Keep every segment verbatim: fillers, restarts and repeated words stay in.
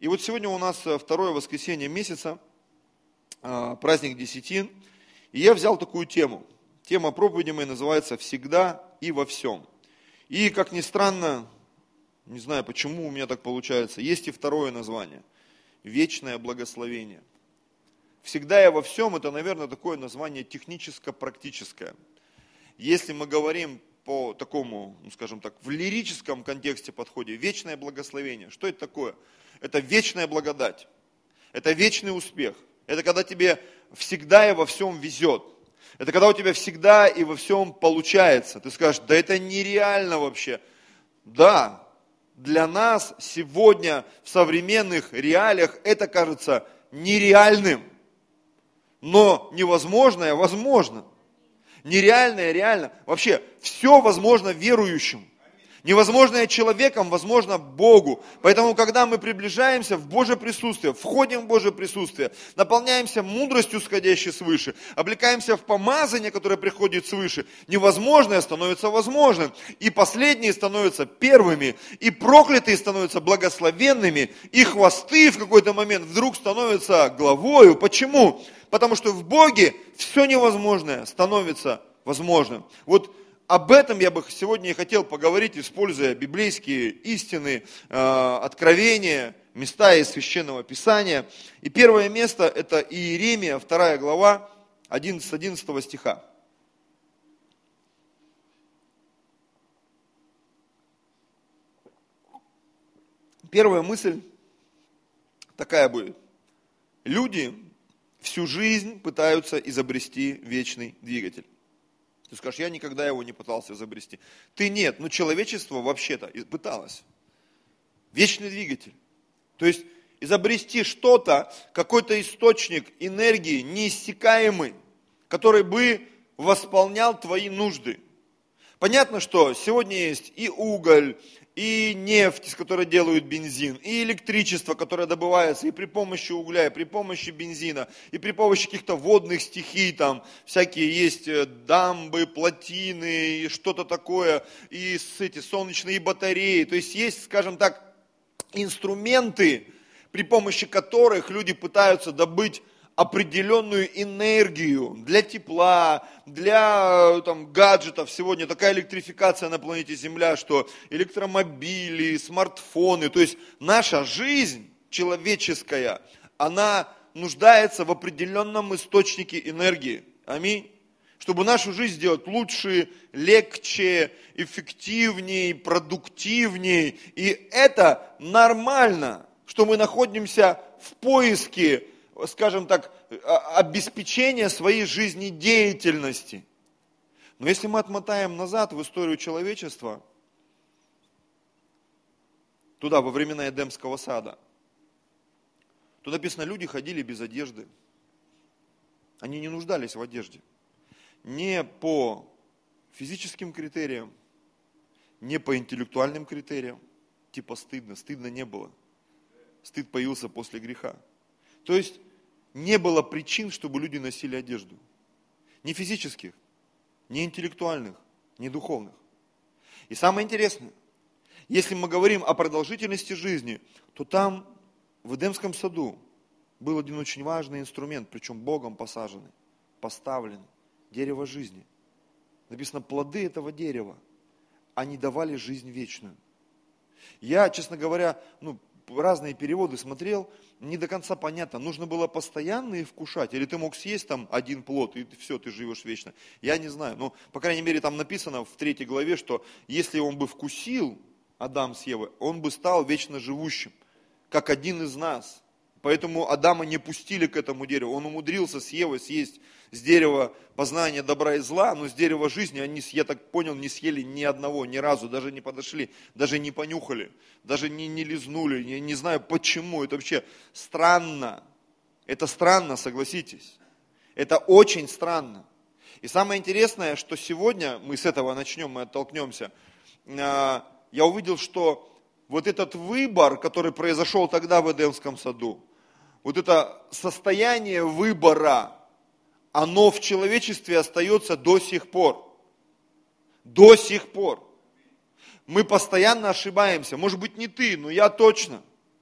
И вот сегодня у нас второе воскресенье месяца, праздник Десятин. И я взял такую тему. Тема проповеди моей называется «Всегда и во всем». И, как ни странно, не знаю, почему у меня так получается, есть и второе название – «Вечное благословение». «Всегда и во всем» – это, наверное, такое название техническо-практическое. Если мы говорим по такому, ну, скажем так, в лирическом контексте подходе, вечное благословение, что это такое? Это вечная благодать, это вечный успех, это когда тебе всегда и во всем везет, это когда у тебя всегда и во всем получается. Ты скажешь, да это нереально вообще. Да, для нас сегодня в современных реалиях это кажется нереальным, но невозможное возможно. Нереальное реально. Вообще, все возможно верующим. Невозможное человеком возможно Богу. Поэтому, когда мы приближаемся в Божье присутствие, входим в Божье присутствие, наполняемся мудростью, сходящей свыше, облекаемся в помазание, которое приходит свыше, невозможное становится возможным. И последние становятся первыми, и проклятые становятся благословенными, и хвосты в какой-то момент вдруг становятся главою. Почему? Потому что в Боге все невозможное становится возможным. Вот об этом я бы сегодня и хотел поговорить, используя библейские истины, откровения, места из Священного Писания. И первое место – это Иеремия, вторая глава, одиннадцатого стиха. Первая мысль такая будет. Люди всю жизнь пытаются изобрести вечный двигатель. Ты скажешь, я никогда его не пытался изобрести. Ты нет, но человечество вообще-то пыталось. Вечный двигатель. То есть изобрести что-то, какой-то источник энергии неиссякаемый, который бы восполнял твои нужды. Понятно, что сегодня есть и уголь, и нефть, из которой делают бензин, и электричество, которое добывается и при помощи угля, и при помощи бензина, и при помощи каких-то водных стихий, там всякие есть дамбы, плотины, и что-то такое, и эти солнечные батареи. То есть есть, скажем так, инструменты, при помощи которых люди пытаются добыть определенную энергию для тепла, для там, гаджетов. Сегодня такая электрификация на планете Земля, что электромобили, смартфоны, то есть наша жизнь человеческая, она нуждается в определенном источнике энергии. Аминь. Чтобы нашу жизнь сделать лучше, легче, эффективнее, продуктивнее. И это нормально, что мы находимся в поиске, скажем так, обеспечения своей жизнедеятельности. Но если мы отмотаем назад в историю человечества, туда, во времена Эдемского сада, то написано, люди ходили без одежды. Они не нуждались в одежде. Не по физическим критериям, не по интеллектуальным критериям. Типа стыдно. Стыдно не было. Стыд появился после греха. То есть не было причин, чтобы люди носили одежду. Ни физических, ни интеллектуальных, ни духовных. И самое интересное, если мы говорим о продолжительности жизни, то там, в Эдемском саду, был один очень важный инструмент, причем Богом посаженный, поставленный, дерево жизни. Написано, плоды этого дерева, они давали жизнь вечную. Я, честно говоря, ну, разные переводы смотрел, не до конца понятно, нужно было постоянно и вкушать, или ты мог съесть там один плод, и все, ты живешь вечно. Я не знаю, но, по крайней мере, там написано в третьей главе, что если он бы вкусил, Адам с Евой, он бы стал вечно живущим, как один из нас. Поэтому Адама не пустили к этому дереву, он умудрился с Евой съесть с дерева познания добра и зла, но с дерева жизни они, я так понял, не съели ни одного, ни разу, даже не подошли, даже не понюхали, даже не, не лизнули, не, не знаю почему, это вообще странно, это странно, согласитесь, это очень странно. И самое интересное, что сегодня, мы с этого начнем, мы оттолкнемся, я увидел, что вот этот выбор, который произошел тогда в Эдемском саду, вот это состояние выбора, оно в человечестве остается до сих пор. До сих пор. Мы постоянно ошибаемся. Может быть, не ты, но я точно.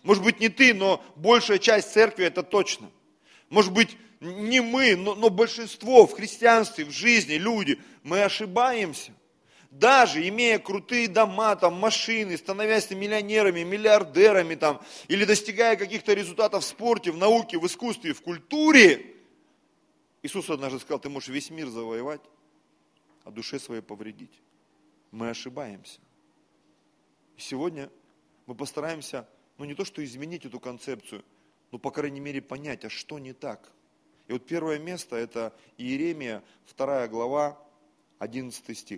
Может быть, не ты, но большая часть церкви это точно. Может быть, не мы, но, но большинство в христианстве, в жизни, люди, мы ошибаемся. Даже имея крутые дома, там, машины, становясь миллионерами, миллиардерами, там, или достигая каких-то результатов в спорте, в науке, в искусстве, в культуре, Иисус однажды сказал, ты можешь весь мир завоевать, а душе своей повредить. Мы ошибаемся. И сегодня мы постараемся, ну не то что изменить эту концепцию, но по крайней мере понять, а что не так. И вот первое место это Иеремия, вторая глава, одиннадцатый стих.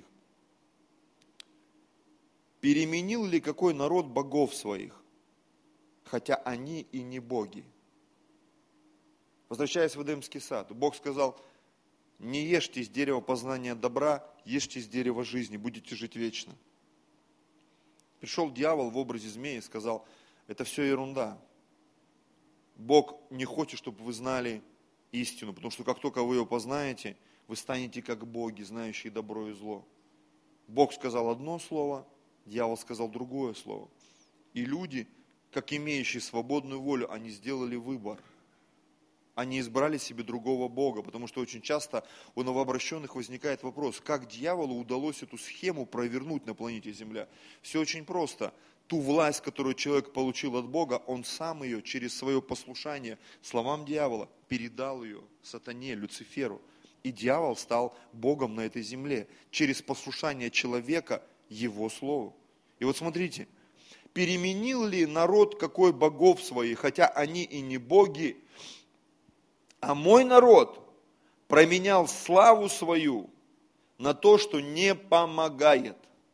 Переменил ли какой народ богов своих, хотя они и не боги? Возвращаясь в Эдемский сад, Бог сказал, не ешьте из дерева познания добра, ешьте из дерева жизни, будете жить вечно. Пришел дьявол в образе змеи и сказал, это все ерунда. Бог не хочет, чтобы вы знали истину, потому что как только вы ее познаете, вы станете как боги, знающие добро и зло. Бог сказал одно слово, дьявол сказал другое слово. И люди, как имеющие свободную волю, они сделали выбор. Они избрали себе другого Бога, потому что очень часто у новообращенных возникает вопрос, как дьяволу удалось эту схему провернуть на планете Земля. Все очень просто. Ту власть, которую человек получил от Бога, он сам ее через свое послушание словам дьявола передал ее сатане, Люциферу. И дьявол стал Богом на этой земле через послушание человека его слову. И вот смотрите, переменил ли народ какой богов своих, хотя они и не боги, а мой народ променял славу свою на то, что не помогает.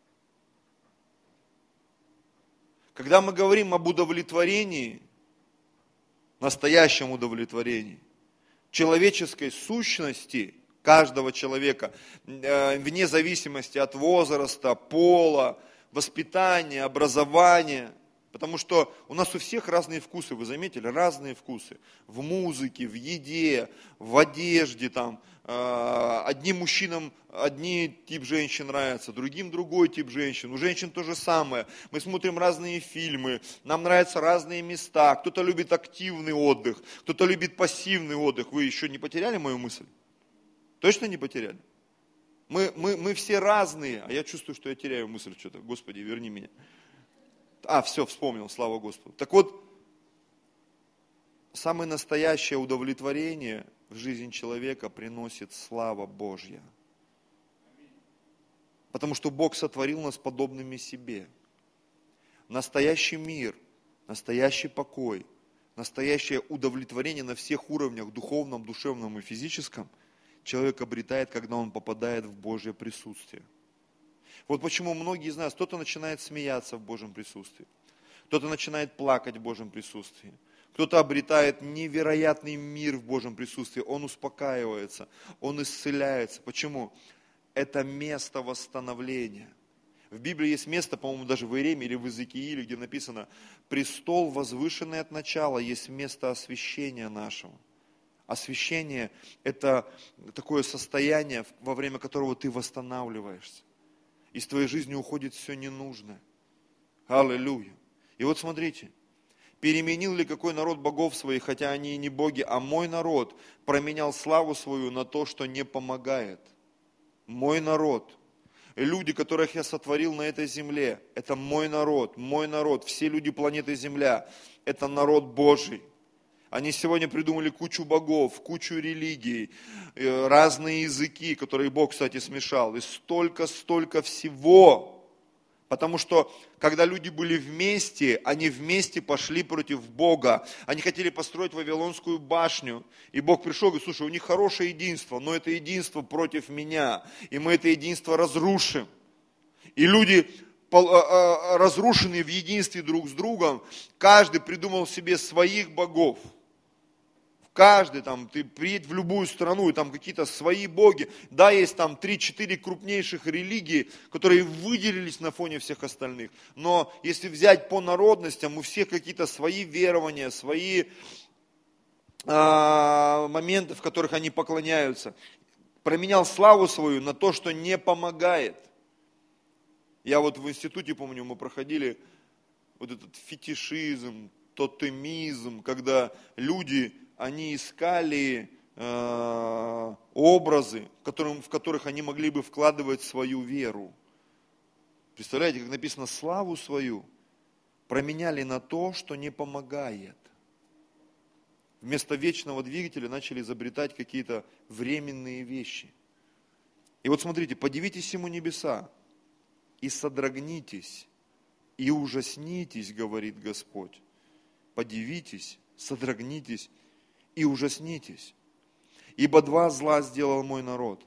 Когда мы говорим об удовлетворении, настоящем удовлетворении, человеческой сущности каждого человека, вне зависимости от возраста, пола, воспитания, образования, потому что у нас у всех разные вкусы, вы заметили, разные вкусы. В музыке, в еде, в одежде. Там. Одним мужчинам одни тип женщин нравится, другим другой тип женщин. У женщин то же самое. Мы смотрим разные фильмы, нам нравятся разные места. Кто-то любит активный отдых, кто-то любит пассивный отдых. Вы еще не потеряли мою мысль? Точно не потеряли? Мы, мы, мы все разные, а я чувствую, что я теряю мысль что-то. Господи, верни меня. А, все, вспомнил, слава Господу. Так вот, самое настоящее удовлетворение в жизнь человека приносит слава Божья. Потому что Бог сотворил нас подобными себе. Настоящий мир, настоящий покой, настоящее удовлетворение на всех уровнях, духовном, душевном и физическом, человек обретает, когда он попадает в Божье присутствие. Вот почему многие из нас, кто-то начинает смеяться в Божьем присутствии, кто-то начинает плакать в Божьем присутствии, кто-то обретает невероятный мир в Божьем присутствии, он успокаивается, он исцеляется. Почему? Это место восстановления. В Библии есть место, по-моему, даже в Иеремии или в Иезекииле, где написано, престол, возвышенный от начала, есть место освящения нашего. Освящение – это такое состояние, во время которого ты восстанавливаешься. Из твоей жизни уходит все ненужное. Аллилуйя. И вот смотрите, переменил ли какой народ богов своих, хотя они и не боги, а мой народ променял славу свою на то, что не помогает. Мой народ. Люди, которых я сотворил на этой земле, это мой народ, мой народ. Все люди планеты Земля, это народ Божий. Они сегодня придумали кучу богов, кучу религий, разные языки, которые Бог, кстати, смешал. И столько-столько всего. Потому что, когда люди были вместе, они вместе пошли против Бога. Они хотели построить Вавилонскую башню. И Бог пришел и говорит, слушай, у них хорошее единство, но это единство против меня. И мы это единство разрушим. И люди, разрушенные в единстве друг с другом, каждый придумал себе своих богов. Каждый, там, ты приедь в любую страну, и там какие-то свои боги. Да, есть там три-четыре крупнейших религии, которые выделились на фоне всех остальных. Но если взять по народностям, у всех какие-то свои верования, свои а, моменты, в которых они поклоняются. Променял славу свою на то, что не помогает. Я вот в институте, помню, мы проходили вот этот фетишизм, тотемизм, когда люди, они искали э, образы, которым, в которых они могли бы вкладывать свою веру. Представляете, как написано, славу свою променяли на то, что не помогает. Вместо вечного двигателя начали изобретать какие-то временные вещи. И вот смотрите, подивитесь ему небеса и содрогнитесь, и ужаснитесь, говорит Господь. Подивитесь, содрогнитесь и ужаснитесь. Ибо два зла сделал мой народ.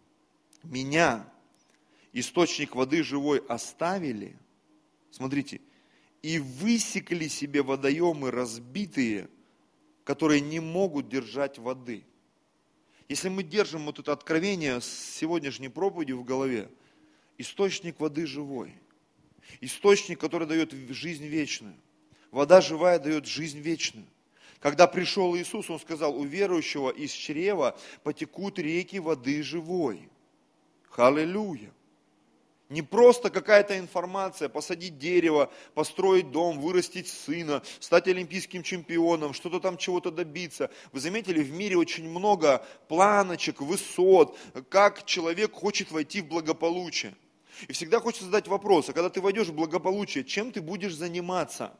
Меня, источник воды живой, оставили, смотрите, и высекли себе водоемы разбитые, которые не могут держать воды. Если мы держим вот это откровение с сегодняшней проповедью в голове, источник воды живой, источник, который дает жизнь вечную, вода живая дает жизнь вечную. Когда пришел Иисус, Он сказал, у верующего из чрева потекут реки воды живой. Аллилуйя. Не просто какая-то информация, посадить дерево, построить дом, вырастить сына, стать олимпийским чемпионом, что-то там чего-то добиться. Вы заметили, в мире очень много планочек, высот, как человек хочет войти в благополучие. И всегда хочется задать вопрос, а когда ты войдешь в благополучие, чем ты будешь заниматься?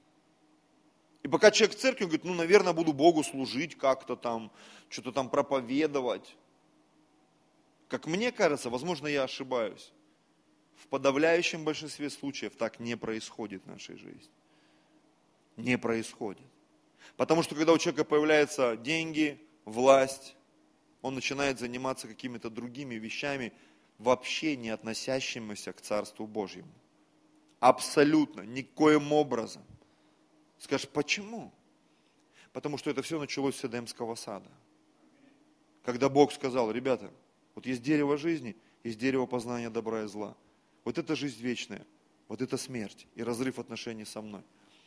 И пока человек в церкви, он говорит, ну, наверное, буду Богу служить как-то там, что-то там проповедовать. Как мне кажется, возможно, я ошибаюсь. В подавляющем большинстве случаев так не происходит в нашей жизни. Не происходит. Потому что когда у человека появляются деньги, власть, он начинает заниматься какими-то другими вещами, вообще не относящимися к Царству Божьему. Абсолютно, никоим образом. Скажешь, почему? Потому что это все началось с Эдемского сада. Когда Бог сказал, ребята, вот есть дерево жизни, есть дерево познания добра и зла. Вот это жизнь вечная, вот это смерть и разрыв отношений со мной.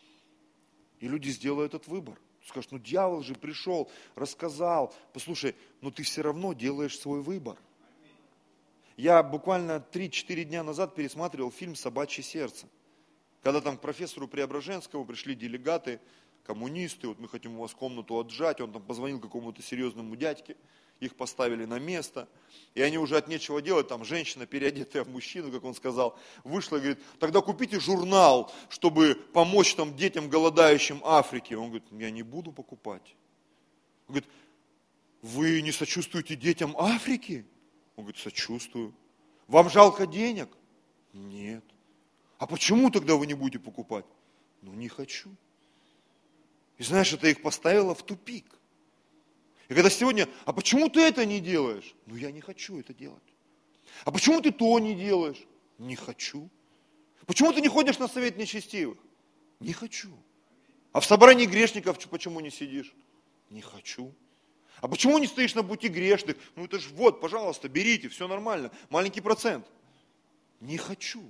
И люди сделают этот выбор. Скажут, ну дьявол же пришел, рассказал. Послушай, но ты все равно делаешь свой выбор. Я буквально три-четыре дня назад пересматривал фильм «Собачье сердце». Когда там к профессору Преображенскому пришли делегаты, коммунисты, вот мы хотим у вас комнату отжать, он там позвонил какому-то серьезному дядьке, их поставили на место, и они уже от нечего делать, там женщина, переодетая в мужчину, как он сказал, вышла и говорит, тогда купите журнал, чтобы помочь там детям, голодающим Африки. Он говорит, я не буду покупать. Он говорит, вы не сочувствуете детям Африки? Он говорит, сочувствую. Вам жалко денег? Нет. А почему тогда вы не будете покупать? Ну, не хочу. И знаешь, это их поставило в тупик. И когда сегодня, а почему ты это не делаешь? Ну, я не хочу это делать. А почему ты то не делаешь? Не хочу. Почему ты не ходишь на совет нечестивых? Не хочу. А в собрании грешников почему не сидишь? Не хочу. А почему не стоишь на пути грешных? Ну, это же вот, пожалуйста, берите, все нормально. Маленький процент. Не хочу.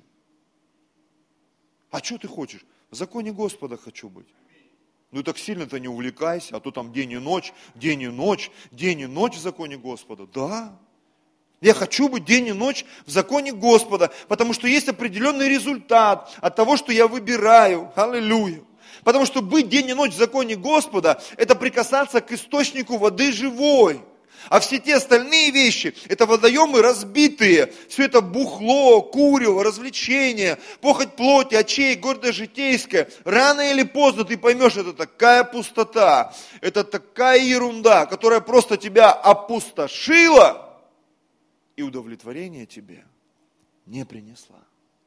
А что ты хочешь? В законе Господа хочу быть. Ну так сильно-то не увлекайся, а то там день и ночь, день и ночь, день и ночь в законе Господа. Да, я хочу быть день и ночь в законе Господа, потому что есть определенный результат от того, что я выбираю. Аллилуйя. Потому что быть день и ночь в законе Господа, это прикасаться к источнику воды живой. А все те остальные вещи, это водоемы разбитые, все это бухло, курево, развлечения, похоть плоти, очей, гордость житейская. Рано или поздно ты поймешь, это такая пустота, это такая ерунда, которая просто тебя опустошила и удовлетворение тебе не принесла.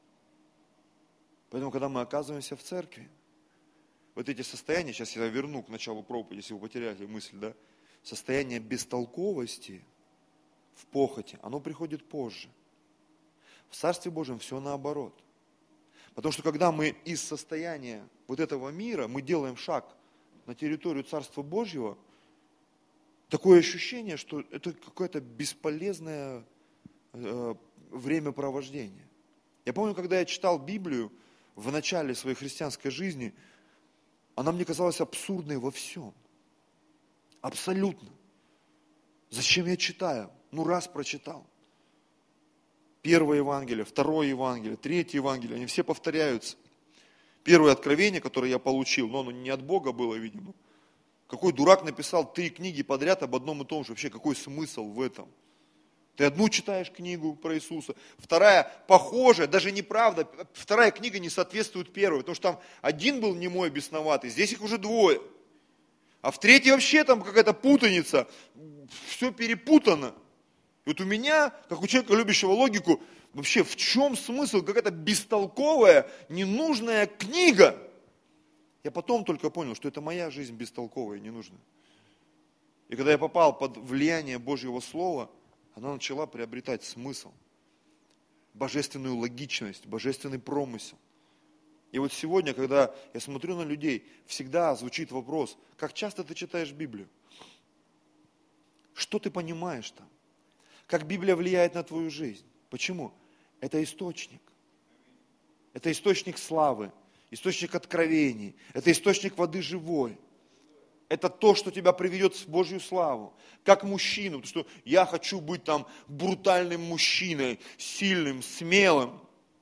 Поэтому, когда мы оказываемся в церкви, вот эти состояния, сейчас я верну к началу проповеди, если вы потеряли мысль, да, состояние бестолковости в похоти, оно приходит позже. В Царстве Божьем все наоборот. Потому что когда мы из состояния вот этого мира, мы делаем шаг на территорию Царства Божьего, такое ощущение, что это какое-то бесполезное э, времяпровождение. Я помню, когда я читал Библию в начале своей христианской жизни, она мне казалась абсурдной во всем. Абсолютно. Зачем я читаю? Ну, раз прочитал. Первое Евангелие, второе Евангелие, третье Евангелие, они все повторяются. Первое откровение, которое я получил, но оно не от Бога было, видимо. Какой дурак написал три книги подряд об одном и том же. Вообще, какой смысл в этом? Ты одну читаешь книгу про Иисуса, вторая похожая, даже неправда, вторая книга не соответствует первой, потому что там один был немой, бесноватый, здесь их уже двое. А в третьей вообще там какая-то путаница, все перепутано. И вот у меня, как у человека, любящего логику, вообще в чем смысл? Какая-то бестолковая, ненужная книга. Я потом только понял, что это моя жизнь бестолковая, ненужная. И когда я попал под влияние Божьего Слова, она начала приобретать смысл, божественную логичность, божественный промысел. И вот сегодня, когда я смотрю на людей, всегда звучит вопрос, как часто ты читаешь Библию? Что ты понимаешь там? Как Библия влияет на твою жизнь? Почему? Это источник. Это источник славы, источник откровений, это источник воды живой. Это то, что тебя приведет в Божью славу. Как мужчину, потому что я хочу быть там брутальным мужчиной, сильным, смелым.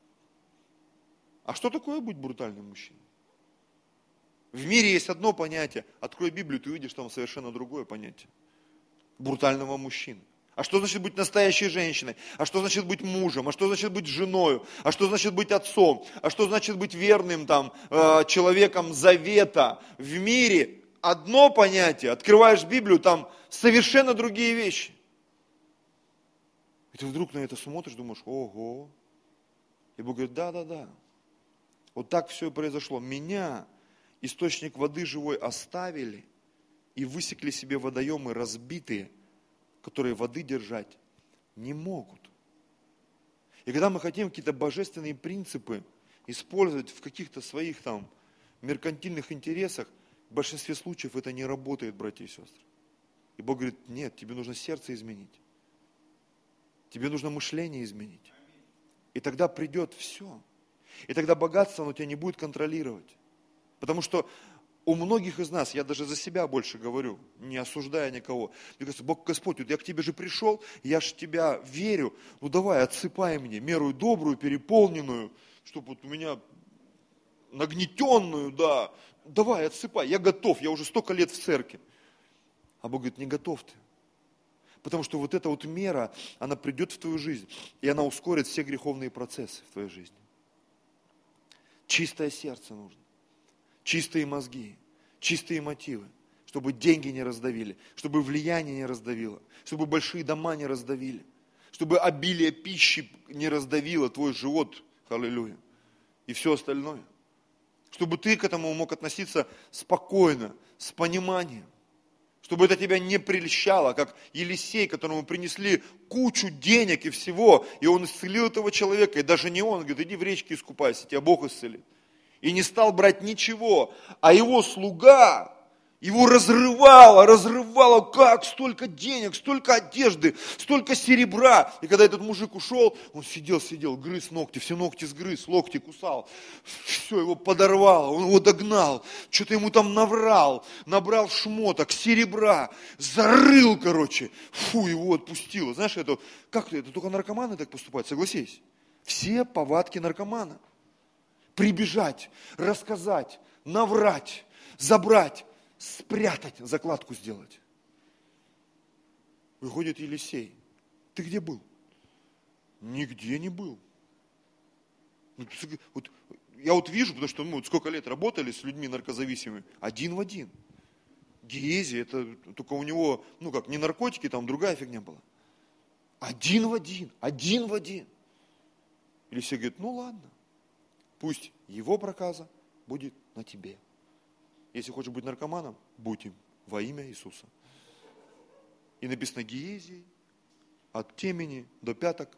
А что такое быть брутальным мужчиной? В мире есть одно понятие. Открой Библию, ты увидишь там совершенно другое понятие. Брутального мужчины. А что значит быть настоящей женщиной? А что значит быть мужем? А что значит быть женой? А что значит быть отцом? А что значит быть верным там, э, человеком завета? В мире одно понятие, открываешь Библию, там совершенно другие вещи. И ты вдруг на это смотришь, думаешь, ого. И Бог говорит, да-да-да. Вот так все и произошло. Меня, источник воды живой, оставили и высекли себе водоемы разбитые, которые воды держать не могут. И когда мы хотим какие-то божественные принципы использовать в каких-то своих там меркантильных интересах, в большинстве случаев это не работает, братья и сестры. И Бог говорит, нет, тебе нужно сердце изменить. Тебе нужно мышление изменить. И тогда придет все. И тогда богатство, оно тебя не будет контролировать. Потому что у многих из нас, я даже за себя больше говорю, не осуждая никого, мне кажется, Бог, Господь, вот я к тебе же пришел, я же в тебя верю, ну давай, отсыпай мне меру добрую, переполненную, чтобы вот у меня нагнетенную, да, давай, отсыпай, я готов, я уже столько лет в церкви. А Бог говорит, не готов ты. Потому что вот эта вот мера, она придет в твою жизнь, и она ускорит все греховные процессы в твоей жизни. Чистое сердце нужно, чистые мозги, чистые мотивы, чтобы деньги не раздавили, чтобы влияние не раздавило, чтобы большие дома не раздавили, чтобы обилие пищи не раздавило твой живот, аллилуйя, и все остальное. Чтобы ты к этому мог относиться спокойно, с пониманием. Чтобы это тебя не прельщало, как Елисей, которому принесли кучу денег и всего, и он исцелил этого человека, и даже не он, говорит, иди в речке искупайся, тебя Бог исцелит. И не стал брать ничего, а его слуга, его разрывало, разрывало, как столько денег, столько одежды, столько серебра. И когда этот мужик ушел, он сидел, сидел, грыз ногти, все ногти сгрыз, локти кусал. Все, его подорвало, он его догнал, что-то ему там наврал, набрал шмоток, серебра, зарыл, короче. Фу, его отпустило. Знаешь, это, как это, только наркоманы так поступают, согласись. Все повадки наркомана. Прибежать, рассказать, наврать, забрать, спрятать, закладку сделать. Выходит Елисей. Ты где был? Нигде не был. Вот, я вот вижу, потому что мы вот сколько лет работали с людьми наркозависимыми, один в один. Гиези, это только у него, ну как, не наркотики, там другая фигня была. Один в один, один в один. Елисей говорит, ну ладно, пусть его проказа будет на тебе. Если хочешь быть наркоманом, будь им во имя Иисуса. И написано Гиезий, от темени до пяток.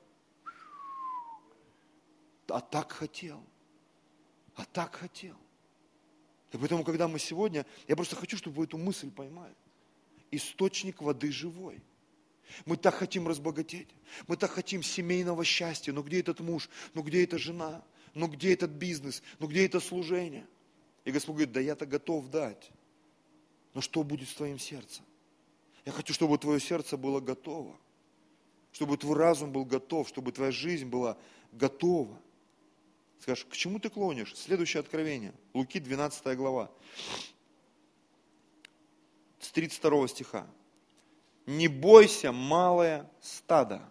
А так хотел. А так хотел. И поэтому, когда мы сегодня, я просто хочу, чтобы вы эту мысль поймали. Источник воды живой. Мы так хотим разбогатеть. Мы так хотим семейного счастья. Но где этот муж? Ну где эта жена? Ну где этот бизнес? Ну где это служение? И Господь говорит, да я-то готов дать. Но что будет с твоим сердцем? Я хочу, чтобы твое сердце было готово. Чтобы твой разум был готов, чтобы твоя жизнь была готова. Скажешь, к чему ты клонишь? Следующее откровение. Луки, двенадцатая глава. С тридцать второго стиха. Не бойся, малое стадо.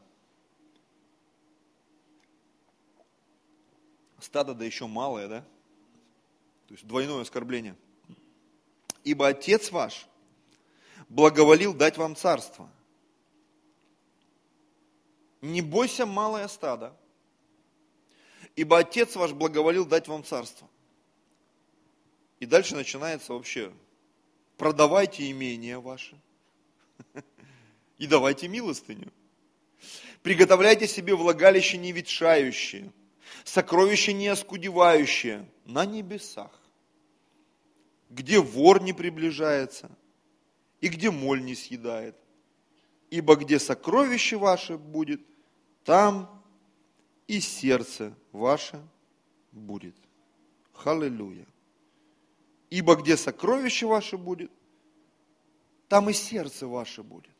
Стадо, да еще малое, да? То есть двойное оскорбление. Ибо Отец ваш благоволил дать вам царство. Не бойся, малое стадо, ибо Отец ваш благоволил дать вам царство. И дальше начинается вообще, продавайте имения ваши и давайте милостыню. Приготовляйте себе влагалище неветшающее, сокровище не оскудевающее на небесах, где вор не приближается и где моль не съедает. Ибо где сокровище ваше будет, там и сердце ваше будет. Халилюя. Ибо где сокровище ваше будет, там и сердце ваше будет.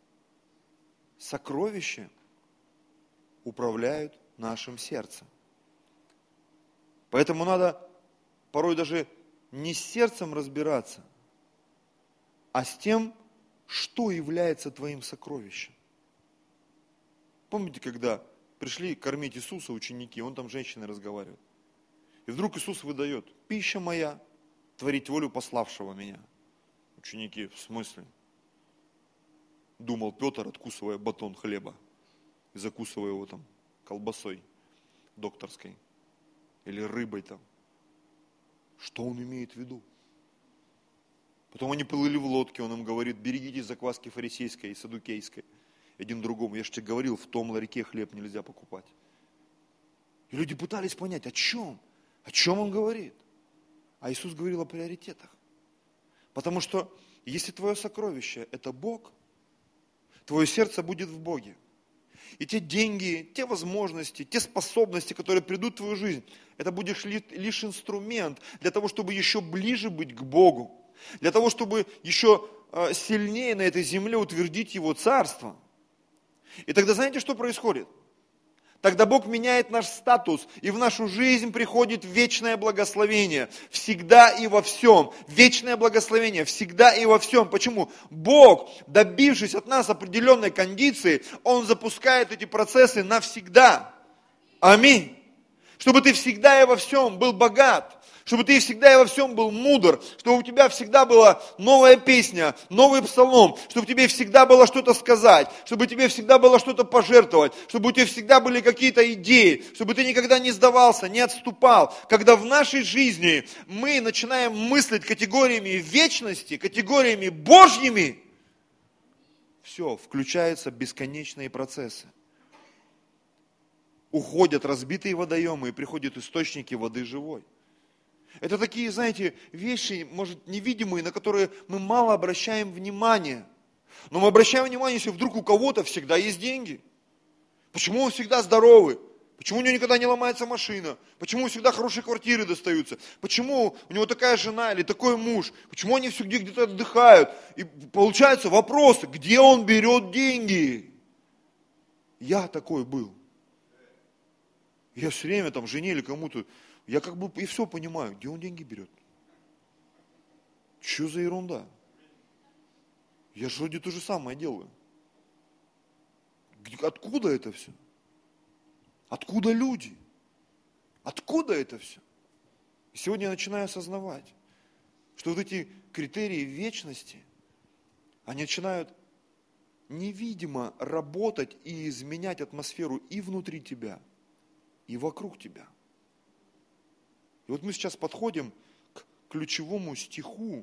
Сокровища управляют нашим сердцем. Поэтому надо порой даже не с сердцем разбираться, а с тем, что является твоим сокровищем. Помните, когда пришли кормить Иисуса ученики, он там с женщиной разговаривает. И вдруг Иисус выдает: пища моя, творить волю пославшего меня. Ученики, в смысле? Думал Петр, откусывая батон хлеба и закусывая его там колбасой докторской или рыбой там. Что он имеет в виду? Потом они плыли в лодке, он им говорит: берегитесь закваски фарисейской и садукейской. Один другому: я же тебе говорил, в том ларьке хлеб нельзя покупать. И люди пытались понять, о чем? О чем он говорит? А Иисус говорил о приоритетах. Потому что если твое сокровище – это Бог, твое сердце будет в Боге. И те деньги, те возможности, те способности, которые придут в твою жизнь, это будешь лишь инструмент для того, чтобы еще ближе быть к Богу. Для того, чтобы еще сильнее на этой земле утвердить Его Царство. И тогда знаете, что происходит? Тогда Бог меняет наш статус, и в нашу жизнь приходит вечное благословение. Всегда и во всем. Вечное благословение всегда и во всем. Почему? Бог, добившись от нас определенной кондиции, Он запускает эти процессы навсегда. Аминь. Чтобы ты всегда и во всем был богат. Чтобы ты всегда и во всем был мудр, чтобы у тебя всегда была новая песня, новый псалом, чтобы тебе всегда было что-то сказать, чтобы тебе всегда было что-то пожертвовать, чтобы у тебя всегда были какие-то идеи, чтобы ты никогда не сдавался, не отступал. Когда в нашей жизни мы начинаем мыслить категориями вечности, категориями Божьими, все, включаются бесконечные процессы. Уходят разбитые водоемы и приходят источники воды живой. Это такие, знаете, вещи, может, невидимые, на которые мы мало обращаем внимания. Но мы обращаем внимание, если вдруг у кого-то всегда есть деньги. Почему он всегда здоровый? Почему у него никогда не ломается машина? Почему всегда хорошие квартиры достаются? Почему у него такая жена или такой муж? Почему они всегда где-то отдыхают? И получаются вопросы, где он берет деньги? Я такой был. Я все время там жене или кому-то, я как бы и все понимаю, где он деньги берет. Что за ерунда? Я же вроде то же самое делаю. Откуда это все? Откуда люди? Откуда это все? И сегодня я начинаю осознавать, что вот эти критерии вечности, они начинают невидимо работать и изменять атмосферу и внутри тебя, и вокруг тебя. И вот мы сейчас подходим к ключевому стиху.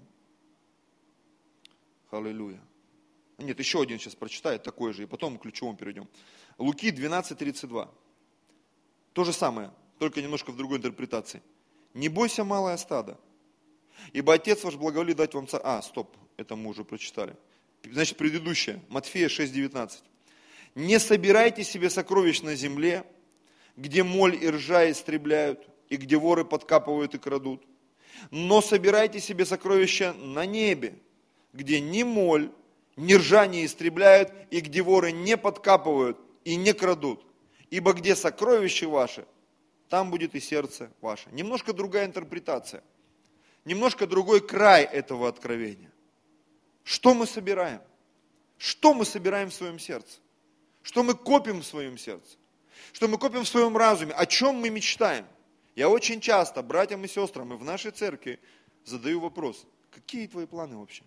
Аллилуйя. Нет, еще один сейчас прочитает такой же, и потом к ключевому перейдем. Луки двенадцать тридцать два. То же самое, только немножко в другой интерпретации. Не бойся, малое стадо, ибо Отец ваш благоволит дать вам царство. А, стоп, это мы уже прочитали. Значит, предыдущее, Матфея шесть девятнадцать. Не собирайте себе сокровищ на земле, где моль и ржа истребляют, и где воры подкапывают и крадут. Но собирайте себе сокровища на небе, где ни моль, ни ржа не истребляют, и где воры не подкапывают и не крадут. Ибо где сокровище ваше, там будет и сердце ваше. Немножко другая интерпретация. Немножко другой край этого откровения. Что мы собираем? Что мы собираем в своем сердце? Что мы копим в своем сердце? Что мы копим в своем разуме? О чем мы мечтаем? Я очень часто братьям и сестрам и в нашей церкви задаю вопрос: какие твои планы вообще?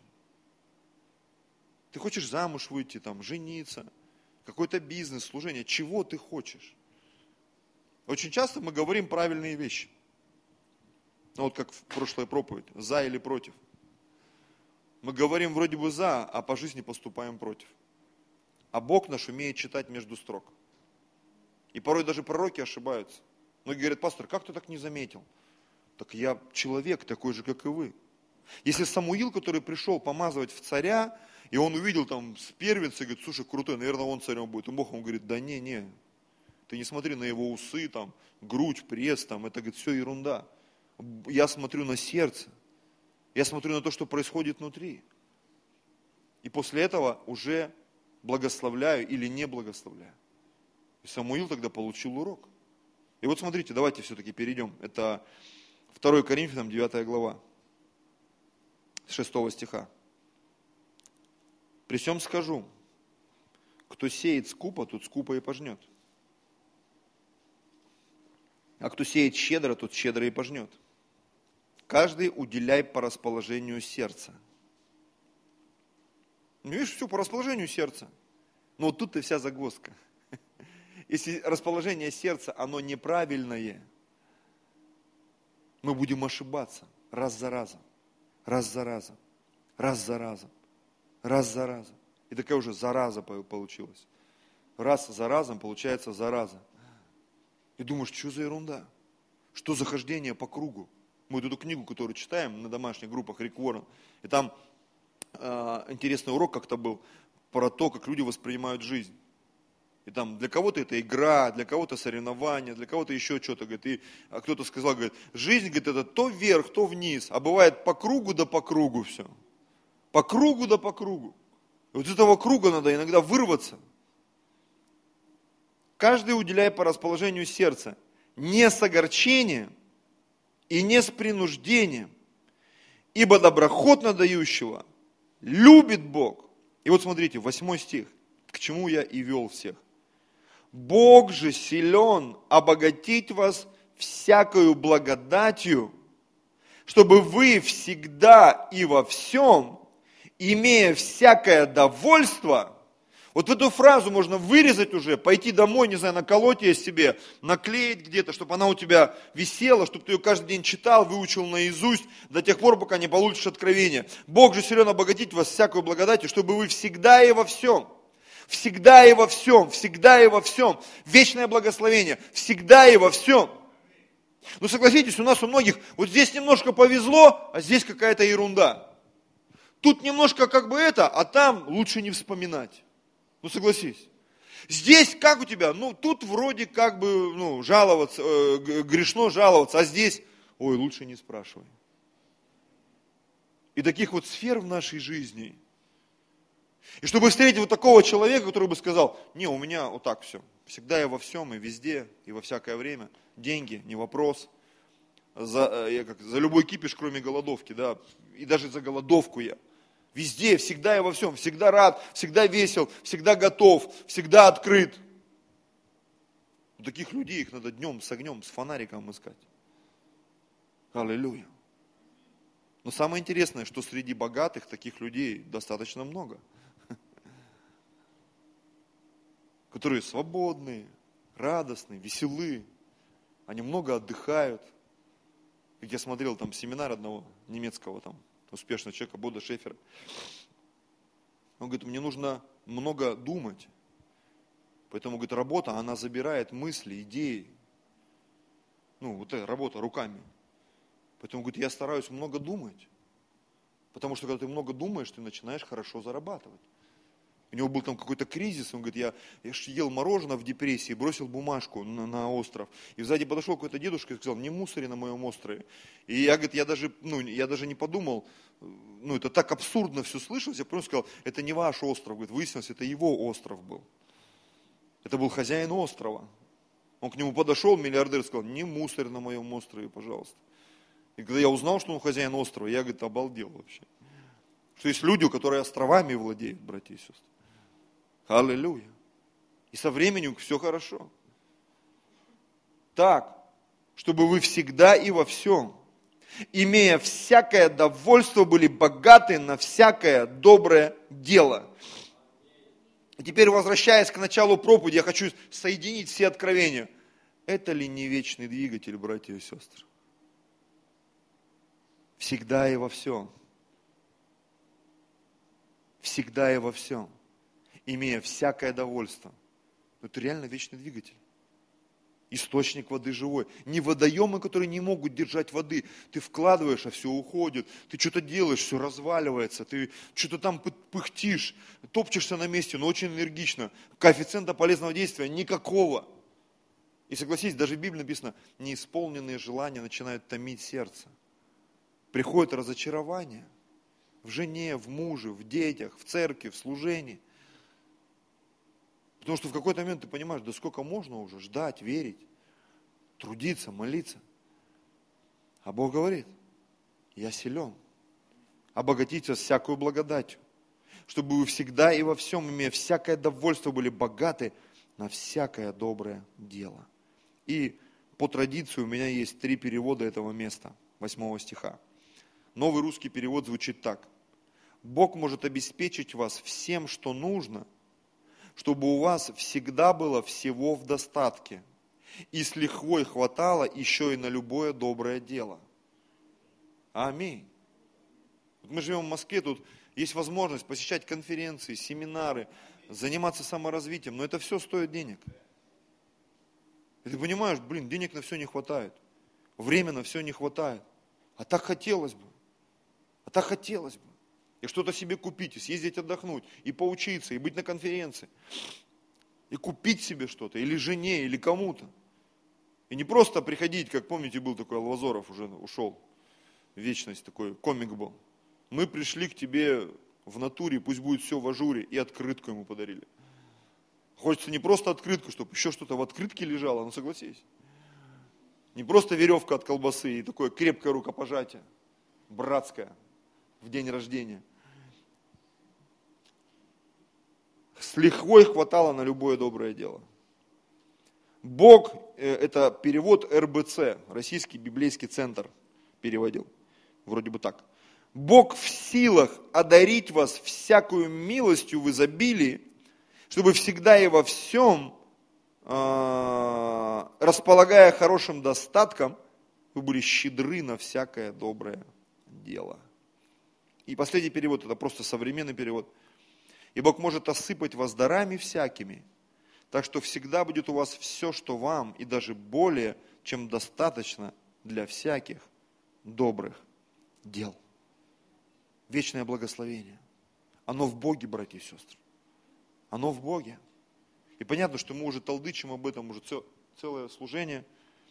Ты хочешь замуж выйти, там, жениться, какой-то бизнес, служение, чего ты хочешь? Очень часто мы говорим правильные вещи. Ну вот как в прошлой проповедь, за или против. Мы говорим вроде бы за, а по жизни поступаем против. А Бог наш умеет читать между строк. И порой даже пророки ошибаются. Многие говорят: пастор, как ты так не заметил? Так я человек такой же, как и вы. Если Самуил, который пришел помазывать в царя, и он увидел там с первенца, и говорит: слушай, крутой, наверное, он царем будет. И Бог ему говорит: да не, не, ты не смотри на его усы, там, грудь, пресс, там, это, говорит, все ерунда. Я смотрю на сердце, я смотрю на то, что происходит внутри. И после этого уже благословляю или не благословляю. И Самуил тогда получил урок. И вот смотрите, давайте все-таки перейдем. Это второе Коринфянам, девятая глава, с шестого стиха. «При всем скажу, кто сеет скупо, тот скупо и пожнет. А кто сеет щедро, тот щедро и пожнет. Каждый уделяй по расположению сердца». Ну, видишь, все по расположению сердца. Но вот тут и вся загвоздка. Если расположение сердца, оно неправильное, мы будем ошибаться раз за разом, раз за разом, раз за разом, раз за разом. И такая уже зараза получилась. Раз за разом получается зараза. И думаешь, что за ерунда? Что за хождение по кругу? Мы вот эту книгу, которую читаем на домашних группах, Рик Уоррен, и там э, интересный урок как-то был про то, как люди воспринимают жизнь. И там для кого-то это игра, для кого-то соревнования, для кого-то еще что-то. Говорит, и а кто-то сказал, говорит, жизнь, говорит, это то вверх, то вниз, а бывает по кругу да по кругу все. По кругу да по кругу. И вот из этого круга надо иногда вырваться. Каждый уделяй по расположению сердца, не с огорчением и не с принуждением, ибо доброхотно дающего любит Бог. И вот смотрите, восьмой стих, к чему я и вел всех. Бог же силен обогатить вас всякою благодатью, чтобы вы всегда и во всем, имея всякое довольство. Вот эту фразу можно вырезать уже, пойти домой, не знаю, наколоть ее себе, наклеить где-то, чтобы она у тебя висела, чтобы ты ее каждый день читал, выучил наизусть, до тех пор, пока не получишь откровение. Бог же силен обогатить вас всякую благодатью, чтобы вы всегда и во всем, всегда и во всем, всегда и во всем, вечное благословение, всегда и во всем. Ну согласитесь, у нас у многих, вот здесь немножко повезло, а здесь какая-то ерунда. Тут немножко как бы это, а там лучше не вспоминать. Ну согласись. Здесь как у тебя? Ну тут вроде как бы ну, жаловаться, э, грешно жаловаться, а здесь, ой, лучше не спрашивай. И таких вот сфер в нашей жизни. И чтобы встретить вот такого человека, который бы сказал, не, у меня вот так все. Всегда я во всем, и везде, и во всякое время. Деньги, не вопрос. За, я как, за любой кипиш, кроме голодовки, да. И даже за голодовку я. Везде, всегда и во всем, всегда рад, всегда весел, всегда готов, всегда открыт. У таких людей их надо днем с огнем, с фонариком искать. Аллилуйя. Но самое интересное, что среди богатых таких людей достаточно много. Которые свободные, радостные, веселые. Они много отдыхают. Как я смотрел там семинар одного немецкого там, успешного человека, Бода Шефера. Он говорит, мне нужно много думать. Поэтому, говорит, работа, она забирает мысли, идеи. Ну, вот эта работа руками. Поэтому, говорит, я стараюсь много думать. Потому что, когда ты много думаешь, ты начинаешь хорошо зарабатывать. У него был там какой-то кризис, он говорит, я, я ел мороженое в депрессии, бросил бумажку на, на остров. И сзади подошел какой-то дедушка и сказал, не мусори на моем острове. И я, говорит, я даже, ну, я даже не подумал, ну это так абсурдно все слышалось, я просто сказал, это не ваш остров. Говорит, выяснилось, это его остров был. Это был хозяин острова. Он к нему подошел, миллиардер, сказал: не мусорь на моем острове, пожалуйста. И когда я узнал, что он хозяин острова, я, говорит, обалдел вообще. Что есть люди, которые островами владеют, братья и сестры. Аллилуйя. И со временем все хорошо. Так, чтобы вы всегда и во всем, имея всякое довольство, были богаты на всякое доброе дело. И теперь, возвращаясь к началу проповеди, я хочу соединить все откровения. Это ли не вечный двигатель, братья и сестры? Всегда и во всем. Всегда и во всем. Имея всякое довольство. Это реально вечный двигатель. Источник воды живой. Не водоемы, которые не могут держать воды. Ты вкладываешь, а все уходит. Ты что-то делаешь, все разваливается. Ты что-то там пыхтишь, топчешься на месте, но очень энергично. Коэффициента полезного действия никакого. И согласитесь, даже в Библии написано, неисполненные желания начинают томить сердце. Приходит разочарование в жене, в муже, в детях, в церкви, в служении. Потому что в какой-то момент ты понимаешь, да сколько можно уже ждать, верить, трудиться, молиться. А Бог говорит: я силен, обогатить вас всякую благодатью, чтобы вы всегда и во всем, имея всякое довольство, были богаты на всякое доброе дело. И по традиции у меня есть три перевода этого места, восьмого стиха. Новый русский перевод звучит так: Бог может обеспечить вас всем, что нужно, чтобы у вас всегда было всего в достатке, и с лихвой хватало еще и на любое доброе дело. Аминь. Мы живем в Москве, тут есть возможность посещать конференции, семинары, заниматься саморазвитием, но это все стоит денег. И ты понимаешь, блин, денег на все не хватает, время на все не хватает, а так хотелось бы, а так хотелось бы. И что-то себе купить, и съездить отдохнуть, и поучиться, и быть на конференции, и купить себе что-то, или жене, или кому-то. И не просто приходить, как помните, был такой Алвазоров, уже ушел в вечность, такой комик был. Мы пришли к тебе в натуре, пусть будет все в ажуре, и открытку ему подарили. Хочется не просто открытку, чтобы еще что-то в открытке лежало, ну согласись. Не просто веревка от колбасы и такое крепкое рукопожатие, братское, в день рождения. С лихвой хватало на любое доброе дело. Бог, это перевод эр бэ цэ, Российский библейский центр переводил, вроде бы так. Бог в силах одарить вас всякую милостью в изобилии, чтобы всегда и во всем, располагая хорошим достатком, вы были щедры на всякое доброе дело. И последний перевод, это просто современный перевод. И Бог может осыпать вас дарами всякими, так что всегда будет у вас все, что вам, и даже более, чем достаточно для всяких добрых дел. Вечное благословение. Оно в Боге, братья и сестры. Оно в Боге. И понятно, что мы уже толдычим об этом, уже целое служение.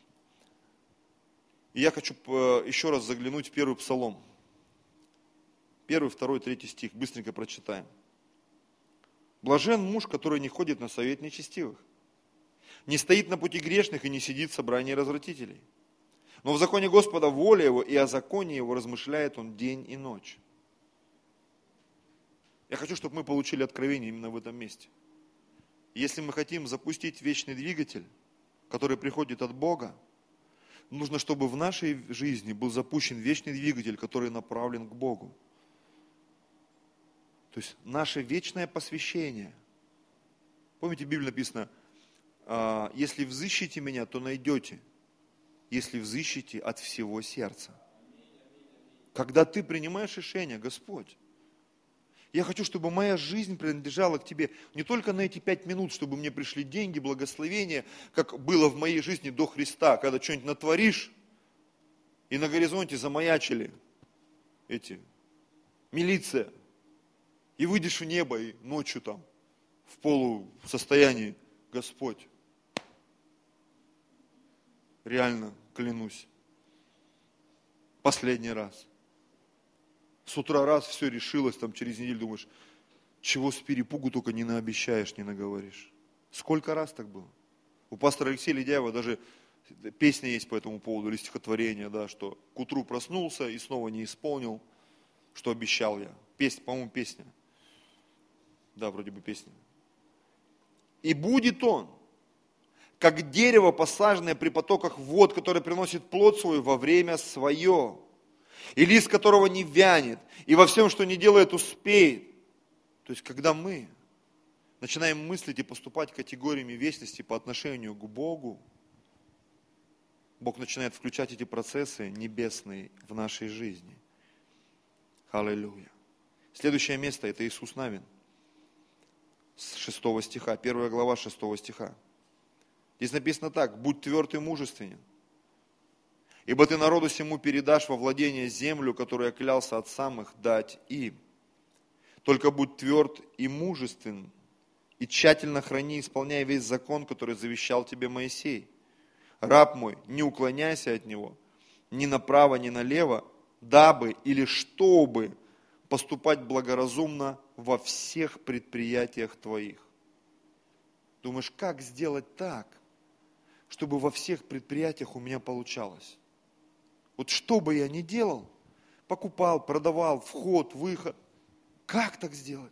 И я хочу еще раз заглянуть в первый псалом. Первый, второй, третий стих. Быстренько прочитаем. Блажен муж, который не ходит на совет нечестивых, не стоит на пути грешных и не сидит в собрании развратителей. Но в законе Господа воля его, и о законе его размышляет он день и ночь. Я хочу, чтобы мы получили откровение именно в этом месте. Если мы хотим запустить вечный двигатель, который приходит от Бога, нужно, чтобы в нашей жизни был запущен вечный двигатель, который направлен к Богу. То есть наше вечное посвящение. Помните, в Библии написано: если взыщете меня, то найдете, если взыщете от всего сердца. Когда ты принимаешь решение: Господь, я хочу, чтобы моя жизнь принадлежала к Тебе не только на эти пять минут, чтобы мне пришли деньги, благословения, как было в моей жизни до Христа, когда что-нибудь натворишь, и на горизонте замаячили эти, милиция, и выйдешь в небо, и ночью там, в полусостоянии: Господь, реально клянусь, последний раз. С утра раз, все решилось, там через неделю думаешь, чего с перепугу только не наобещаешь, не наговоришь. Сколько раз так было? У пастора Алексея Ледяева даже песня есть по этому поводу, или стихотворение, да, что к утру проснулся и снова не исполнил, что обещал я. Песня, по-моему, песня. Да, вроде бы песня. И будет он, как дерево, посаженное при потоках вод, которое приносит плод свой во время свое, и лист которого не вянет, и во всем, что не делает, успеет. То есть, когда мы начинаем мыслить и поступать категориями вечности по отношению к Богу, Бог начинает включать эти процессы небесные в нашей жизни. Аллилуйя. Следующее место – это Иисус Навин. С шестого стиха, первая глава шестого стиха. Здесь написано так: «Будь тверд и мужественен, ибо ты народу сему передашь во владение землю, которую я клялся отцам их дать им. Только будь тверд и мужествен, и тщательно храни, исполняя весь закон, который завещал тебе Моисей. Раб мой, не уклоняйся от него, ни направо, ни налево, дабы или чтобы поступать благоразумно во всех предприятиях твоих». Думаешь, как сделать так, чтобы во всех предприятиях у меня получалось? Вот что бы я ни делал, покупал, продавал, вход, выход, как так сделать?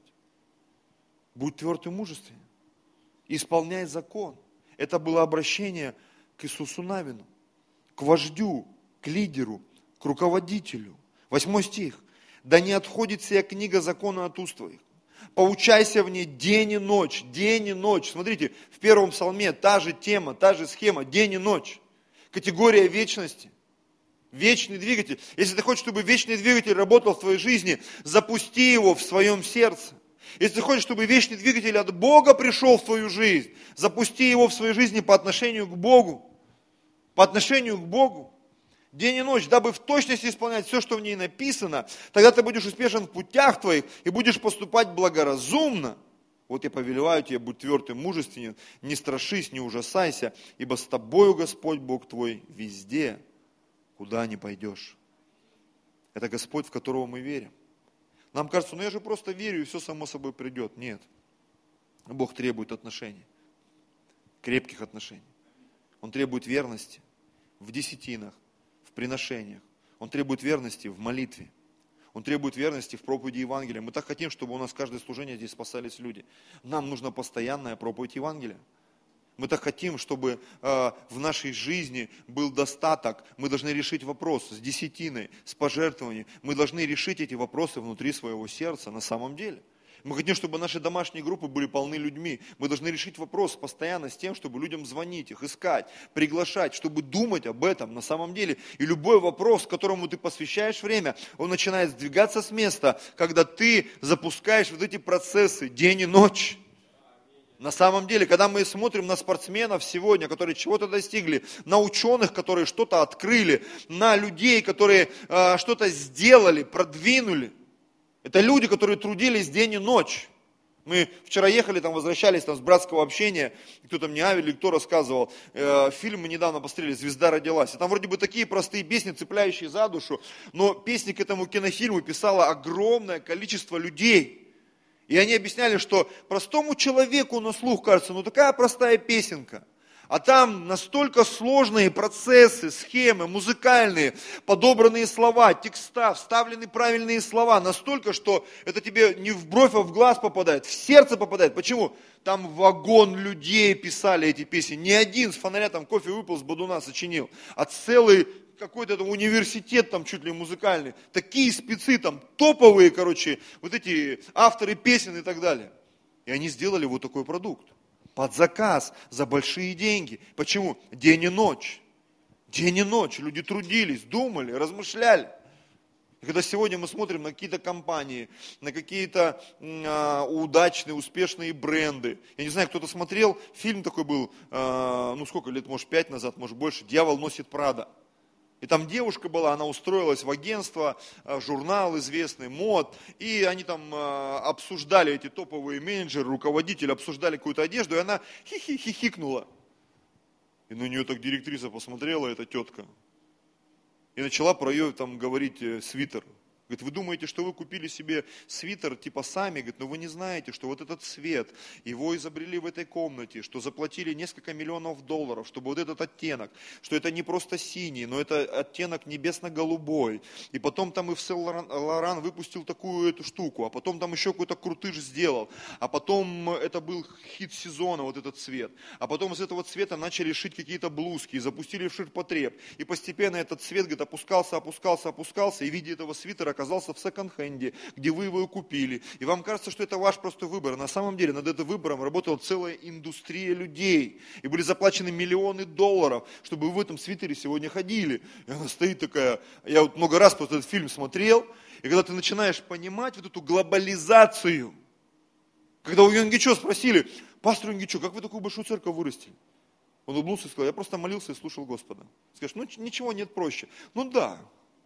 Будь тверд и мужественен, исполняй закон. Это было обращение к Иисусу Навину, к вождю, к лидеру, к руководителю. Восьмой стих. «Да не отходит сия книга закона от уст твоих. Поучайся в ней день и ночь». День и ночь. Смотрите, в первом псалме та же тема, та же схема. День и ночь. Категория вечности. Вечный двигатель. Если ты хочешь, чтобы вечный двигатель работал в твоей жизни, запусти его в своем сердце. Если ты хочешь, чтобы вечный двигатель от Бога пришел в твою жизнь, запусти его в своей жизни по отношению к Богу. По отношению к Богу. День и ночь, дабы в точности исполнять все, что в ней написано, тогда ты будешь успешен в путях твоих и будешь поступать благоразумно. Вот я повелеваю тебе, будь тверд и мужественен, не страшись, не ужасайся, ибо с тобою Господь Бог твой везде, куда ни пойдешь. Это Господь, в которого мы верим. Нам кажется, ну я же просто верю, и все само собой придет. Нет. Бог требует отношений, крепких отношений. Он требует верности в десятинах, в приношениях. Он требует верности в молитве. Он требует верности в проповеди Евангелия. Мы так хотим, чтобы у нас каждое служение здесь спасались люди. Нам нужна постоянная проповедь Евангелия. Мы так хотим, чтобы э, в нашей жизни был достаток. Мы должны решить вопрос с десятиной, с пожертвованием. Мы должны решить эти вопросы внутри своего сердца на самом деле. Мы хотим, чтобы наши домашние группы были полны людьми. Мы должны решить вопрос постоянно с тем, чтобы людям звонить, их искать, приглашать, чтобы думать об этом на самом деле. И любой вопрос, которому ты посвящаешь время, он начинает сдвигаться с места, когда ты запускаешь вот эти процессы день и ночь. На самом деле, когда мы смотрим на спортсменов сегодня, которые чего-то достигли, на ученых, которые что-то открыли, на людей, которые э, что-то сделали, продвинули, это люди, которые трудились день и ночь. Мы вчера ехали, там возвращались там, с братского общения, кто-то мне, Авель или кто рассказывал, э, фильм мы недавно посмотрели «Звезда родилась». И там вроде бы такие простые песни, цепляющие за душу, но песни к этому кинофильму писало огромное количество людей. И они объясняли, что простому человеку на слух кажется, ну такая простая песенка. А там настолько сложные процессы, схемы, музыкальные, подобранные слова, текста, вставлены правильные слова. Настолько, что это тебе не в бровь, а в глаз попадает, в сердце попадает. Почему? Там вагон людей писали эти песни. Не один с фонаря там кофе выпил, с бодуна сочинил, а целый какой-то там университет там чуть ли музыкальный. Такие спецы там, топовые, короче, вот эти авторы песен и так далее. И они сделали вот такой продукт. Под заказ, за большие деньги. Почему? День и ночь. День и ночь. Люди трудились, думали, размышляли. И когда сегодня мы смотрим на какие-то компании, на какие-то а, удачные, успешные бренды. Я не знаю, кто-то смотрел, фильм такой был, а, ну сколько лет, может пять назад, может больше, «Дьявол носит Прада». И там девушка была, она устроилась в агентство, журнал известный, мод, и они там обсуждали, эти топовые менеджеры, руководители, обсуждали какую-то одежду, и она хихи-хихикнула. И на нее так директриса посмотрела, эта тетка, и начала про ее там говорить свитер. Говорит, вы думаете, что вы купили себе свитер типа сами, говорит, но вы не знаете, что вот этот цвет, его изобрели в этой комнате, что заплатили несколько миллионов долларов, чтобы вот этот оттенок, что это не просто синий, но это оттенок небесно-голубой. И потом там и в Сен-Лоран выпустил такую эту штуку, а потом там еще какой-то крутыш сделал, а потом это был хит сезона, вот этот цвет. А потом из этого цвета начали шить какие-то блузки и запустили в ширпотреб. И постепенно этот цвет, говорит, опускался, опускался, опускался, и в виде этого свитера оказался в секонд-хенде, где вы его и купили. И вам кажется, что это ваш просто выбор. На самом деле над этим выбором работала целая индустрия людей. И были заплачены миллионы долларов, чтобы вы в этом свитере сегодня ходили. И она стоит такая, я вот много раз просто этот фильм смотрел, и когда ты начинаешь понимать вот эту глобализацию, когда у Йонгичо спросили, пастор Йонгичо, как вы такую большую церковь вырастили? Он улыбнулся и сказал, я просто молился и слушал Господа. Скажешь, ну ничего нет проще. Ну да.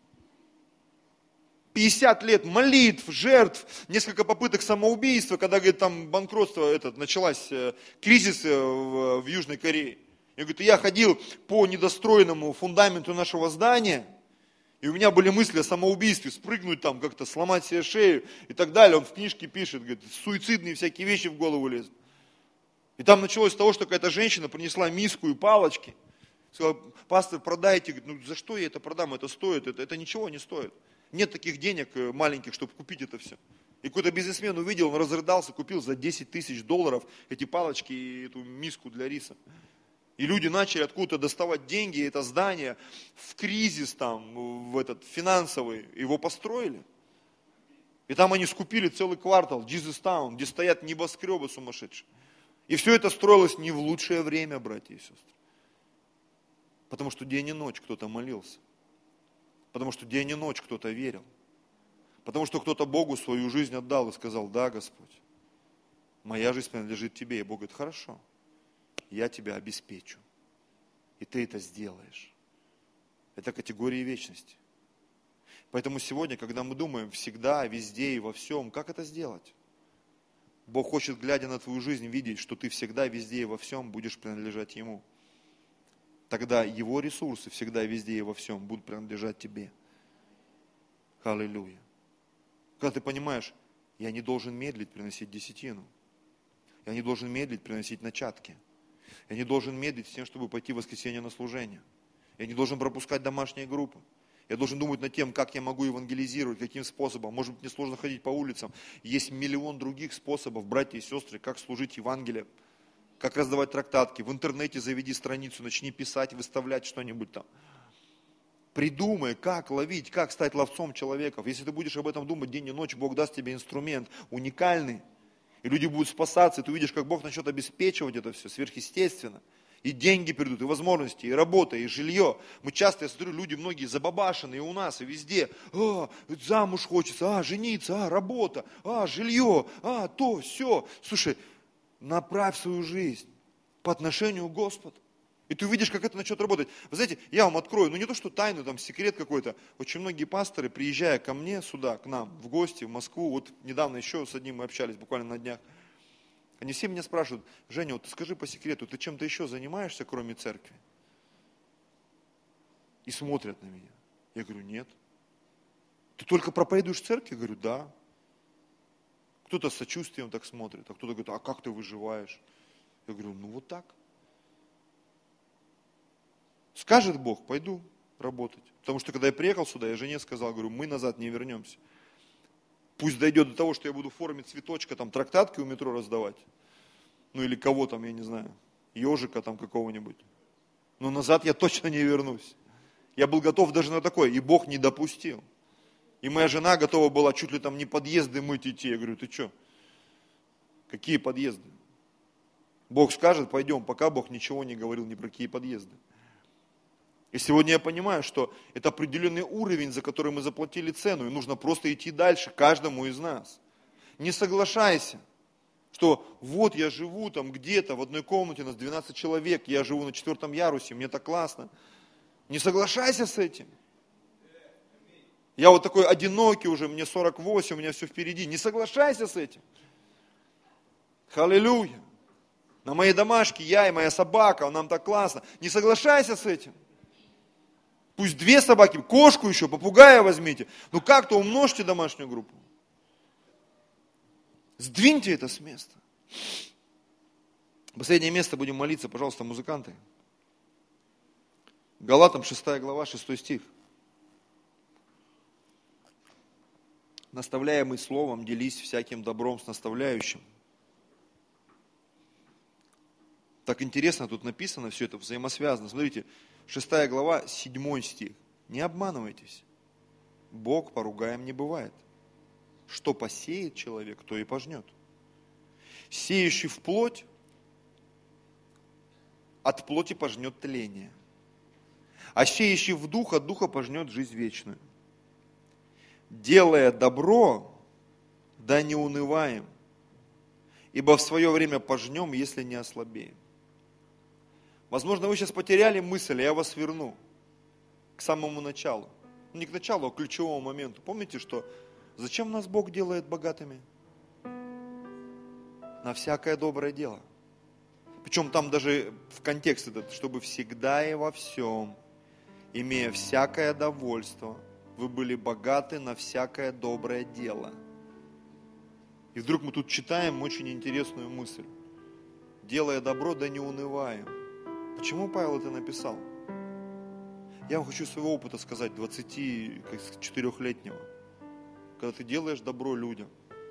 пятьдесят лет молитв, жертв, несколько попыток самоубийства, когда, говорит, там банкротство, этот, началась, э, кризис э, в, в Южной Корее. Я говорю, я ходил по недостроенному фундаменту нашего здания, и у меня были мысли о самоубийстве, спрыгнуть там как-то, сломать себе шею и так далее. Он в книжке пишет, говорит, суицидные всякие вещи в голову лезут. И там началось с того, что какая-то женщина принесла миску и палочки. Сказала, пастор, продайте. Говорит, ну за что я это продам, это стоит, это, это ничего не стоит. Нет таких денег маленьких, чтобы купить это все. И какой-то бизнесмен увидел, он разрыдался, купил за десять тысяч долларов эти палочки и эту миску для риса. И люди начали откуда-то доставать деньги, и это здание в кризис там, в этот финансовый, его построили. И там они скупили целый квартал, Jesus Town, где стоят небоскребы сумасшедшие. И все это строилось не в лучшее время, братья и сестры. Потому что день и ночь кто-то молился. Потому что день и ночь кто-то верил. Потому что кто-то Богу свою жизнь отдал и сказал, да, Господь, моя жизнь принадлежит Тебе. И Бог говорит, хорошо, я Тебя обеспечу. И Ты это сделаешь. Это категория вечности. Поэтому сегодня, когда мы думаем всегда, везде и во всем, как это сделать? Бог хочет, глядя на твою жизнь, видеть, что ты всегда, везде и во всем будешь принадлежать Ему. Тогда Его ресурсы всегда, везде и во всем будут принадлежать тебе. Аллилуйя. Когда ты понимаешь, я не должен медлить приносить десятину. Я не должен медлить приносить начатки. Я не должен медлить с тем, чтобы пойти в воскресенье на служение. Я не должен пропускать домашние группы. Я должен думать над тем, как я могу евангелизировать, каким способом. Может быть, мне сложно ходить по улицам. Есть миллион других способов, братья и сестры, как служить Евангелием. Как раздавать трактатки. В интернете заведи страницу, начни писать, выставлять что-нибудь там. Придумай, как ловить, как стать ловцом человеков. Если ты будешь об этом думать день и ночь, Бог даст тебе инструмент уникальный. И люди будут спасаться, и ты увидишь, как Бог начнет обеспечивать это все сверхъестественно. И деньги придут, и возможности, и работа, и жилье. Мы часто, я смотрю, люди многие забабашены и у нас, и везде. А, замуж хочется, а, жениться, а, работа, а, жилье, а, то, все. Слушай, направь свою жизнь по отношению к Господу. И ты увидишь, как это начнет работать. Вы знаете, я вам открою, ну не то, что тайну, там секрет какой-то. Очень многие пасторы, приезжая ко мне сюда, к нам, в гости, в Москву, вот недавно еще с одним мы общались, буквально на днях. Они все меня спрашивают, Женя, вот скажи по секрету, ты чем-то еще занимаешься, кроме церкви? И смотрят на меня. Я говорю, нет. Ты только проповедуешь в церкви? Я говорю, да. Кто-то с сочувствием так смотрит, а кто-то говорит, а как ты выживаешь? Я говорю, ну вот так. Скажет Бог, пойду работать. Потому что когда я приехал сюда, я жене сказал, говорю, мы назад не вернемся. Пусть дойдет до того, что я буду в форме цветочка, там, трактатки у метро раздавать. Ну, или кого там, я не знаю, ежика там какого-нибудь. Но назад я точно не вернусь. Я был готов даже на такое, и Бог не допустил. И моя жена готова была чуть ли там не подъезды мыть идти. Я говорю, ты что? Какие подъезды? Бог скажет, пойдем, пока Бог ничего не говорил ни про какие подъезды. И сегодня я понимаю, что это определенный уровень, за который мы заплатили цену, и нужно просто идти дальше каждому из нас. Не соглашайся, что вот я живу там где-то в одной комнате, у нас двенадцать человек, я живу на четвертом ярусе, мне так классно. Не соглашайся с этим. Я вот такой одинокий уже, мне сорок восемь, у меня все впереди. Не соглашайся с этим. Аллилуйя. На моей домашке я и моя собака, нам так классно. Не соглашайся с этим. Пусть две собаки, кошку еще, попугая возьмите. Ну как-то умножьте домашнюю группу. Сдвиньте это с места. Последнее место будем молиться, пожалуйста, музыканты. Галатам шестая глава, шестой стих. Наставляемый словом, делись всяким добром с наставляющим. Так интересно тут написано, все это взаимосвязано. Смотрите, шестая глава, седьмой стих. Не обманывайтесь. Бог поругаем не бывает. Что посеет человек, то и пожнет. Сеющий в плоть, от плоти пожнет тление. А сеющий в дух, от духа пожнет жизнь вечную. Делая добро, да не унываем, ибо в свое время пожнем, если не ослабеем. Возможно, вы сейчас потеряли мысль, я вас верну к самому началу. Не к началу, а к ключевому моменту. Помните, что зачем нас Бог делает богатыми? На всякое доброе дело. Причем там даже в контекст этот, чтобы всегда и во всем, имея всякое довольство, вы были богаты на всякое доброе дело. И вдруг мы тут читаем очень интересную мысль. Делая добро, да не унываем. Почему Павел это написал? Я вам хочу своего опыта сказать, двадцатичетырёхлетнего. Когда ты делаешь добро людям,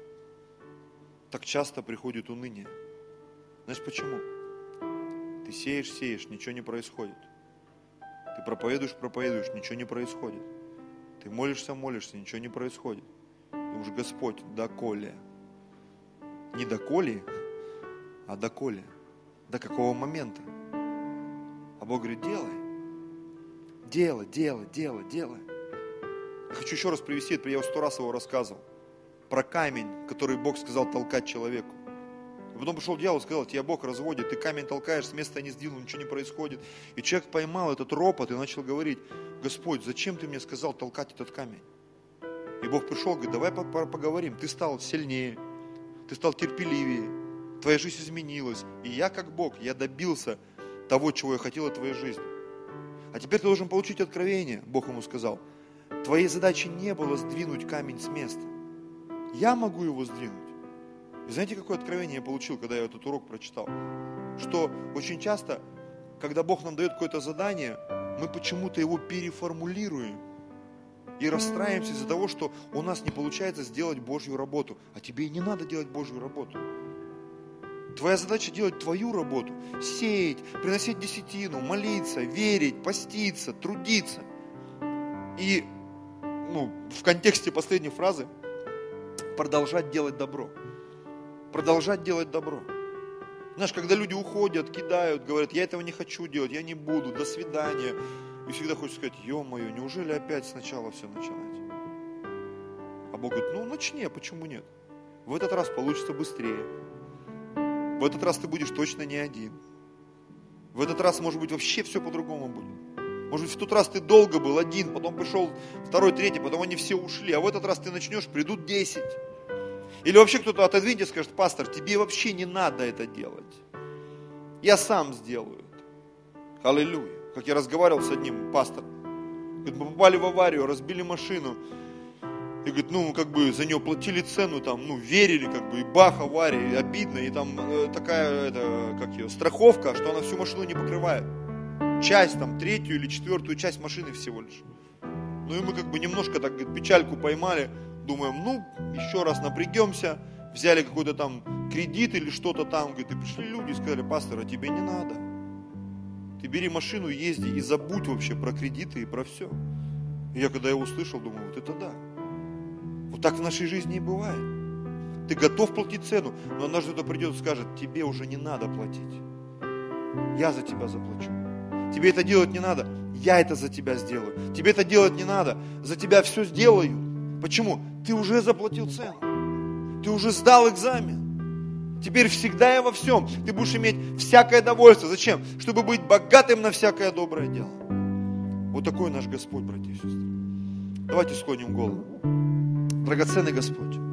так часто приходит уныние. Знаешь почему? Ты сеешь, сеешь, ничего не происходит. Ты проповедуешь, проповедуешь, ничего не происходит. Ты молишься, молишься, ничего не происходит. И уж Господь, доколе. Не доколе, а доколе. До какого момента? А Бог говорит, делай. Делай, делай, делай, делай. Я хочу еще раз привести, это я сто раз его рассказывал. Про камень, который Бог сказал толкать человеку. И потом пришел дьявол и сказал, тебя Бог разводит, ты камень толкаешь, с места не сдвинул, ничего не происходит. И человек поймал этот ропот и начал говорить, Господь, зачем ты мне сказал толкать этот камень? И Бог пришел, говорит, давай поговорим, ты стал сильнее, ты стал терпеливее, твоя жизнь изменилась. И я как Бог, я добился того, чего я хотел от твоей жизни. А теперь ты должен получить откровение, Бог ему сказал. Твоей задачей не было сдвинуть камень с места. Я могу его сдвинуть. И знаете, какое откровение я получил, когда я этот урок прочитал? Что очень часто, когда Бог нам дает какое-то задание, мы почему-то его переформулируем и расстраиваемся из-за того, что у нас не получается сделать Божью работу. А тебе и не надо делать Божью работу. Твоя задача делать твою работу, сеять, приносить десятину, молиться, верить, поститься, трудиться. И ну, в контексте последней фразы продолжать делать добро. Продолжать делать добро. Знаешь, когда люди уходят, кидают, говорят, я этого не хочу делать, я не буду, до свидания. И всегда хочется сказать, ё-моё, неужели опять сначала все начинать? А Бог говорит, ну начни, а почему нет? В этот раз получится быстрее. В этот раз ты будешь точно не один. В этот раз, может быть, вообще все по-другому будет. Может быть, в тот раз ты долго был один, потом пришел второй, третий, потом они все ушли. А в этот раз ты начнешь, придут десять. Или вообще кто-то отодвинет и скажет, пастор, тебе вообще не надо это делать. Я сам сделаю это. Аллилуйя. Как я разговаривал с одним пастором. Говорит, мы попали в аварию, разбили машину. И говорит, ну, как бы за нее платили цену, там, ну, верили, как бы, и бах, авария, и обидно, и там э, такая, это, как ее, страховка, что она всю машину не покрывает. Часть, там, третью или четвертую часть машины всего лишь. Ну, и мы, как бы, немножко, так, говорит, печальку поймали, думаем, ну, еще раз напрягемся, взяли какой-то там кредит или что-то там, говорит, и пришли люди и сказали, пастор, а тебе не надо. Ты бери машину, езди и забудь вообще про кредиты и про все. И я, когда его услышал, думаю, вот это да. Вот так в нашей жизни и бывает. Ты готов платить цену, но однажды кто-то придет и скажет, тебе уже не надо платить. Я за тебя заплачу. Тебе это делать не надо, я это за тебя сделаю. Тебе это делать не надо, за тебя все сделаю. Почему? Ты уже заплатил цену. Ты уже сдал экзамен. Теперь всегда и во всем ты будешь иметь всякое довольство. Зачем? Чтобы быть богатым на всякое доброе дело. Вот такой наш Господь, братья и сестры. Давайте склоним голову. Драгоценный Господь,